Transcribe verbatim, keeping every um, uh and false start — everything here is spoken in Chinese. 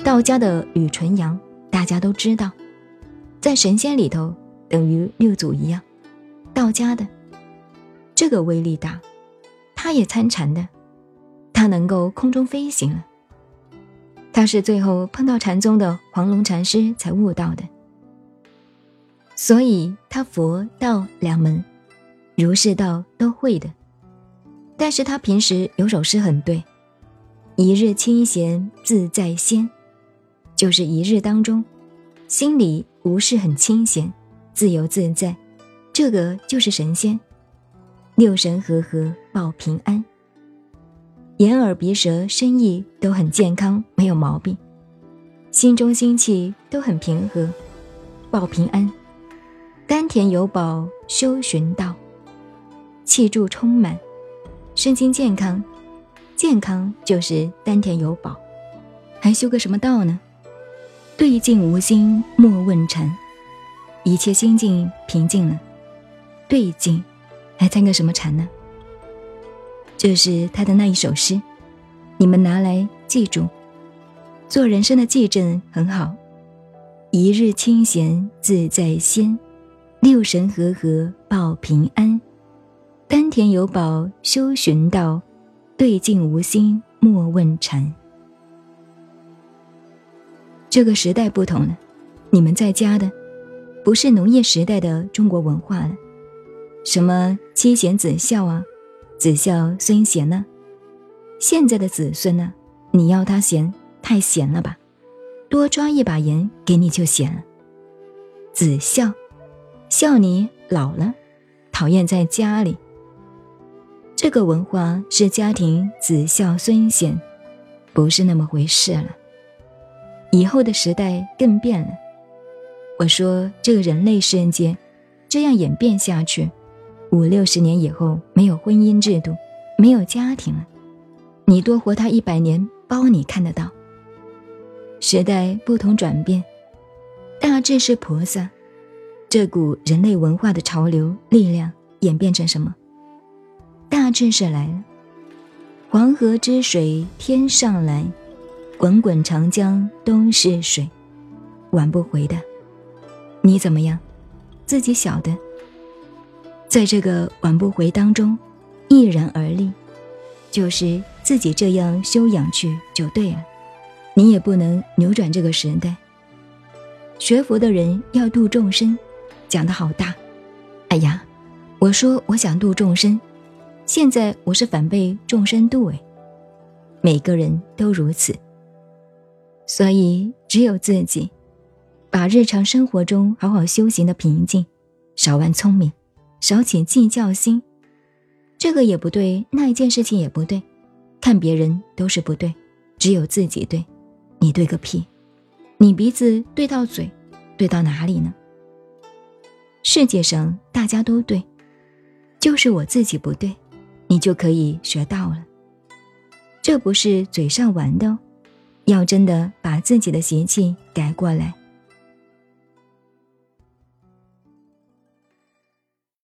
道家的吕纯阳大家都知道，在神仙里头等于六祖一样，道家的这个威力大，他也参禅的，他能够空中飞行了。他是最后碰到禅宗的黄龙禅师才悟到的，所以他佛道两门儒释道都会的。但是他平时有首诗很对，一日清闲自在仙，就是一日当中心里无事很清闲自由自在，这个就是神仙。六神和合报平安，眼耳鼻舌身意都很健康没有毛病，心中心气都很平和报平安，丹田有宝修寻道，气柱充满，身心健康，健康就是丹田有宝，还修个什么道呢？对境无心莫问禅，一切心境平静了，对境还参个什么禅呢？这是他的那一首诗，你们拿来记住，做人生的记证很好。一日清闲自在仙，六神和合报平安，丹田有宝修寻道，对境无心莫问禅。这个时代不同了，你们在家的不是农业时代的中国文化了，什么妻贤子孝啊，子孝孙贤呢？现在的子孙呢，你要他贤太贤了吧，多抓一把盐给你就贤了。子孝，孝你老了，讨厌在家里。这个文化是家庭子孝孙贤，不是那么回事了。以后的时代更变了。我说这个人类世界这样演变下去，五六十年以后没有婚姻制度，没有家庭了，你多活他一百年，包你看得到。时代不同转变，大智是菩萨，这股人类文化的潮流力量演变成什么？大智是来了，黄河之水天上来，滚滚长江东逝水，挽不回的。你怎么样？自己晓得。在这个挽不回当中，毅然而立，就是自己这样修养去就对了。你也不能扭转这个时代。学佛的人要度众生，讲得好大。哎呀，我说我想度众生，现在我是反被众生度诶。每个人都如此。所以只有自己把日常生活中好好修行的平静，少玩聪明，少起计较心，这个也不对，那一件事情也不对，看别人都是不对，只有自己对。你对个屁，你鼻子对到嘴，对到哪里呢？世界上大家都对，就是我自己不对，你就可以学到了。这不是嘴上玩的哦，要真的把自己的习气改过来，